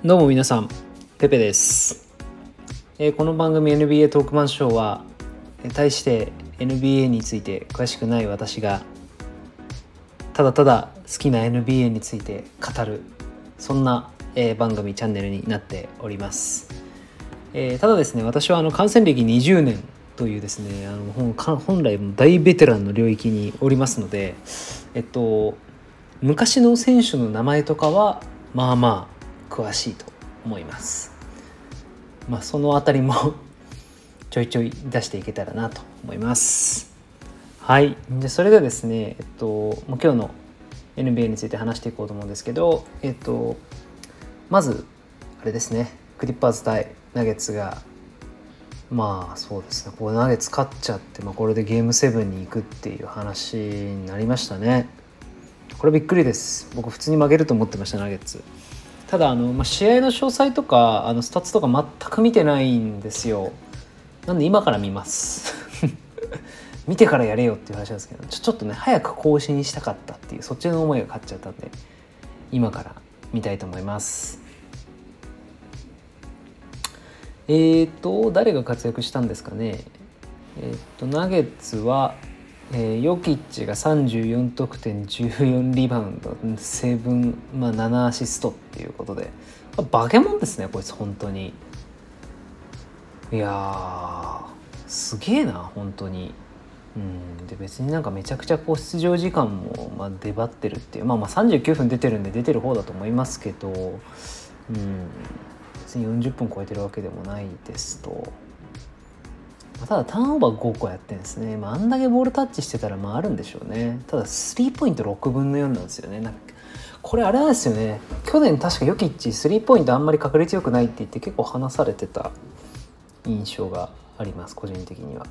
どうも皆さん、ペペです。この番組 NBA トークマンショーは、対して NBA について詳しくない私がただただ好きな NBA について語る、そんな、番組チャンネルになっております。ただですね、私は観戦歴20年というですね、本来大ベテランの領域におりますので、昔の選手の名前とかはまあまあ詳しいと思います。そのあたりもちょいちょい出していけたらなと思います。はい。でそれではですね、もう今日の NBA について話していこうと思うんですけど、まずあれですね、クリッパーズ対ナゲッツがそうですね、これナゲッツ勝っちゃって、これでゲーム7に行くっていう話になりましたね。これびっくりです。僕普通に負けると思ってました、ナゲッツ。ただ試合の詳細とかスタッツとか全く見てないんですよ。なんで今から見ます見てからやれよっていう話なんですけど、ちょっとね早く更新したかったっていうそっちの思いが勝っちゃったんで、今から見たいと思います。誰が活躍したんですかね。ナゲッツは、ヨキッチが34得点14リバウンド7、7アシストっていうことで、バケモンですねこいつ本当に。いやーすげえな本当に。で別になんかめちゃくちゃ出場時間も出張ってるっていう、39分出てるんで出てる方だと思いますけど、別に40分超えてるわけでもないですと。ただターンオーバー5個やってるんですね。あんだけボールタッチしてたらあるんでしょうね。ただスリーポイント6分の4なんですよね。これあれなんですよね。去年確かヨキッチスリーポイントあんまり確率良くないって言って結構話されてた印象があります、個人的には。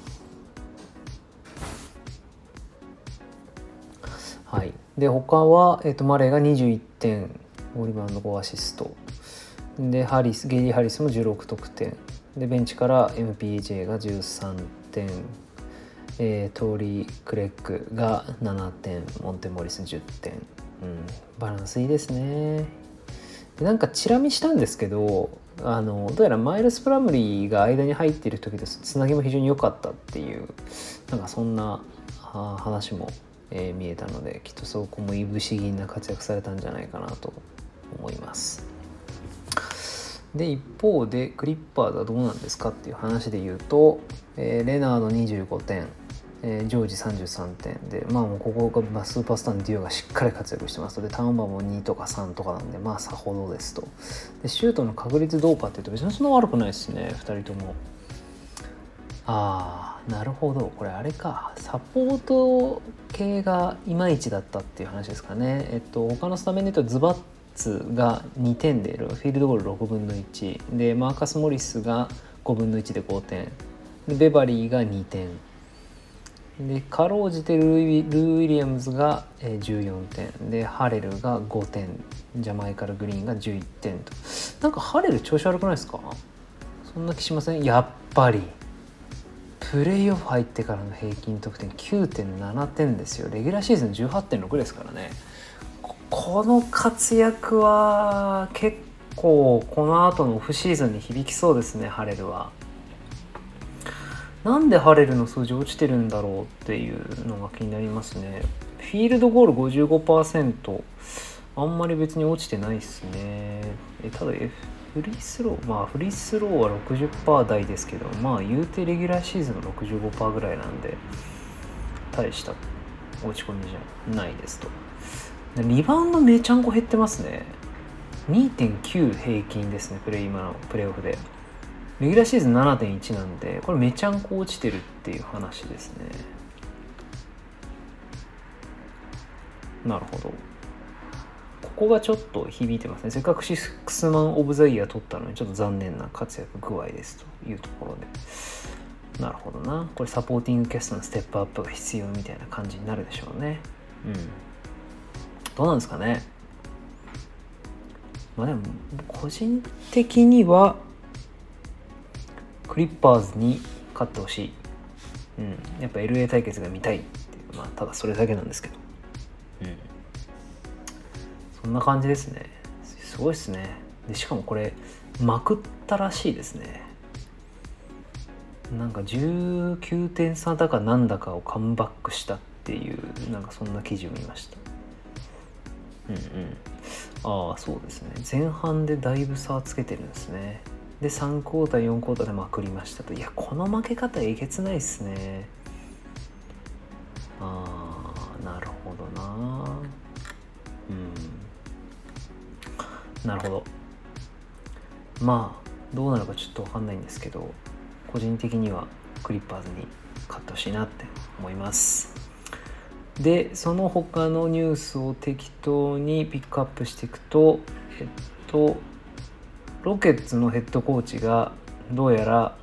はい。で他は、マレーが21点5リバウンド5アシストで、ゲイリー・ハリスも16得点で、ベンチから MPJ が13点、トーリー・クレッグが7点、モンテモリス10点、バランスいいですね。でなんかチラ見したんですけど、どうやらマイルス・プラムリーが間に入っている時です、つなぎも非常に良かったっていう、なんかそんな話も、見えたので、きっとそこもいぶし銀な活躍されたんじゃないかなと思います。で一方でクリッパーズはどうなんですかっていう話で言うと、レナード25点、ジョージ33点で、もうここがスーパースターのデュオがしっかり活躍してますので、ターンオーバーも2とか3とかなんでさほどですと。でシュートの確率どうかっていうと別にそんな悪くないですね、2人とも。なるほど、これあれか、サポート系がいまいちだったっていう話ですかね。他のスタメンで言うとズバッツが2点でフィールドゴール6分の1で、マーカス・モリスが5分の1で5点で、ベバリーが2点で、かろうじてルー・ウィリアムズが14点で、ハレルが5点、ジャマイカル・グリーンが11点と。なんかハレル調子悪くないですか？そんな気しません？やっぱりプレーオフ入ってからの平均得点 9.7 点ですよ。レギュラーシーズン 18.6 ですからね。この活躍は結構この後のオフシーズンに響きそうですね。ハレルはなんでハレルの数字落ちてるんだろうっていうのが気になりますね。フィールドゴール 55%、 あんまり別に落ちてないですね。ただフリースローは 60% 台ですけど、言うてレギュラーシーズンの 65% ぐらいなんで大した落ち込みじゃないですと。リバウンドめちゃんこ減ってますね。 2.9 平均ですね、今のプレーオフで。レギュラーシーズン 7.1 なんで、これめちゃんこ落ちてるっていう話ですね。なるほど、ここがちょっと響いてますね。せっかくシックスマンオブザイヤー取ったのにちょっと残念な活躍具合ですというところで、なるほどな、これサポーティングキャストのステップアップが必要みたいな感じになるでしょうね。どうなんですかね。でも個人的にはクリッパーズに勝ってほしい。やっぱ LA 対決が見たいっていう、ただそれだけなんですけど、そんな感じですね。すごいですね。 でしかもこれまくったらしいですね。なんか19点差だかなんだかをカムバックしたっていう、なんかそんな記事を見ました。ああそうですね、前半でだいぶ差をつけてるんですね。で3クォーター4クォーターでまくりましたと。いやこの負け方えげつないですね。なるほどな。なるほど。まあどうなるかちょっと分かんないんですけど、個人的にはクリッパーズに勝ってほしいなって思います。でその他のニュースを適当にピックアップしていくと、ロケッツのヘッドコーチがどうやら、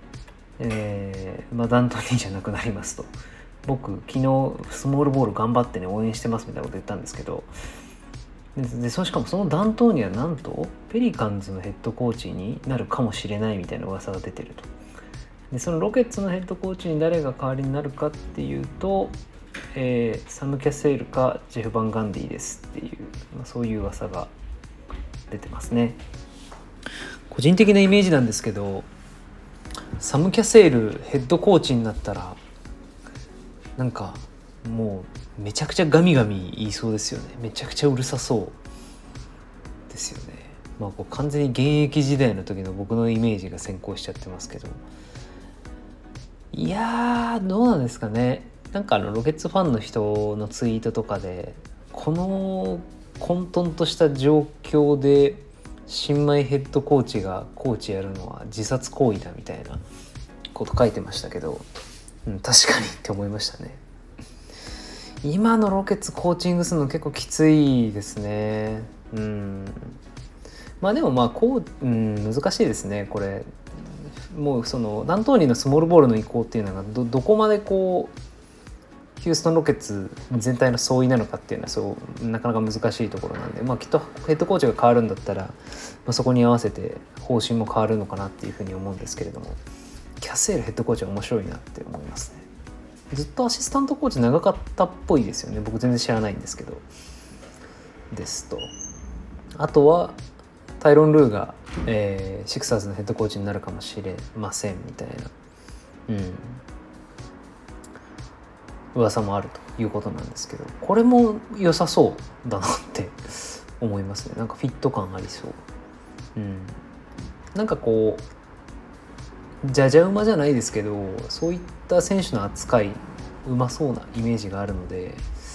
ダントニーじゃなくなりますと。僕昨日スモールボール頑張ってね応援してますみたいなこと言ったんですけど、でしかもそのダントニーはなんとペリカンズのヘッドコーチになるかもしれないみたいな噂が出てると。でそのロケッツのヘッドコーチに誰が代わりになるかっていうと、サム・キャセールかジェフ・バン・ガンディですっていう、そういう噂が出てますね。個人的なイメージなんですけど、サム・キャセールヘッドコーチになったらなんかもうめちゃくちゃガミガミ言いそうですよね。めちゃくちゃうるさそうですよね。こう完全に現役時代の時の僕のイメージが先行しちゃってますけど、いやーどうなんですかね。なんかロケッツファンの人のツイートとかでこの混沌とした状況で新米ヘッドコーチがコーチやるのは自殺行為だみたいなこと書いてましたけど、確かにって思いましたね。今のロケッツコーチングするの結構きついですね。でも難しいですねこれ。もうそのダントーニーのスモールボールの移行っていうのが どこまでこうヒューストンロケッツ全体の相違なのかっていうのはそうなかなか難しいところなんで、きっとヘッドコーチが変わるんだったら、そこに合わせて方針も変わるのかなっていうふうに思うんですけれども、キャセールヘッドコーチは面白いなって思いますね。ずっとアシスタントコーチ長かったっぽいですよね。僕全然知らないんですけど。ですと、あとはタイロン・ルーが、シクサーズのヘッドコーチになるかもしれませんみたいな、噂もあるということなんですけど、これも良さそうだなって思いますね。なんかフィット感ありそう。なんかこうじゃじゃ馬じゃないですけど、そういった選手の扱いうまそうなイメージがあるので、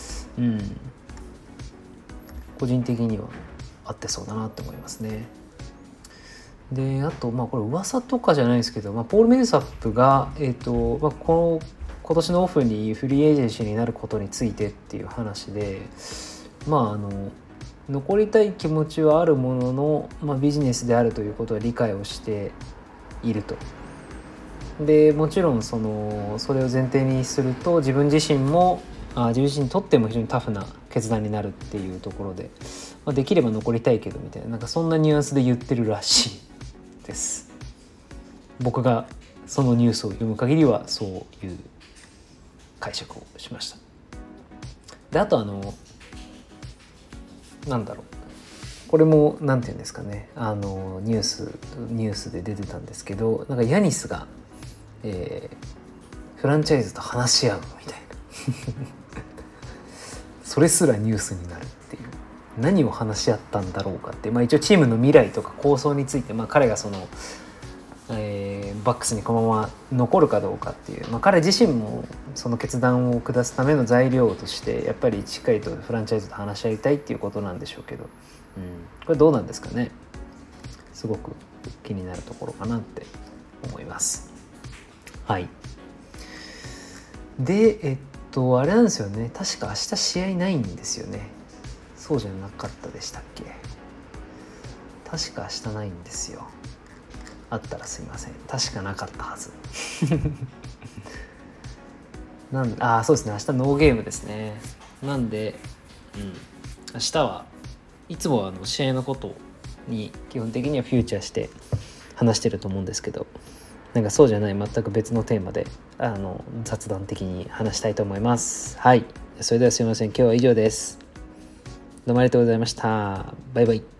個人的には合ってそうだなって思いますね。であとこれ噂とかじゃないですけど、ポール・メルサップが、今年のオフにフリーエージェンシーになることについてっていう話で、残りたい気持ちはあるものの、ビジネスであるということは理解をしていると。でもちろんそれを前提にすると自分自身にとっても非常にタフな決断になるっていうところで、できれば残りたいけどみたいな、なんかそんなニュアンスで言ってるらしいです。僕がそのニュースを読む限りはそういう解釈をしました。であとこれもなんていうんですかね、ニュースで出てたんですけど、なんかヤニスが、フランチャイズと話し合うみたいなそれすらニュースになるっていう、何を話し合ったんだろうかって、一応チームの未来とか構想について、彼がバックスにこのまま残るかどうかっていう、彼自身もその決断を下すための材料としてやっぱりしっかりとフランチャイズと話し合いたいっていうことなんでしょうけど、これどうなんですかね。すごく気になるところかなって思います。はい。であれなんですよね、確か明日試合ないんですよね。そうじゃなかったでしたっけ。確か明日ないんですよ。あったらすいません。確かなかったはずそうですね、明日ノーゲームですね。なんで、明日はいつもは試合のことに基本的にはフューチャーして話してると思うんですけど、なんかそうじゃない全く別のテーマで雑談的に話したいと思います。はい、それではすいません、今日は以上です。どうもありがとうございました。バイバイ。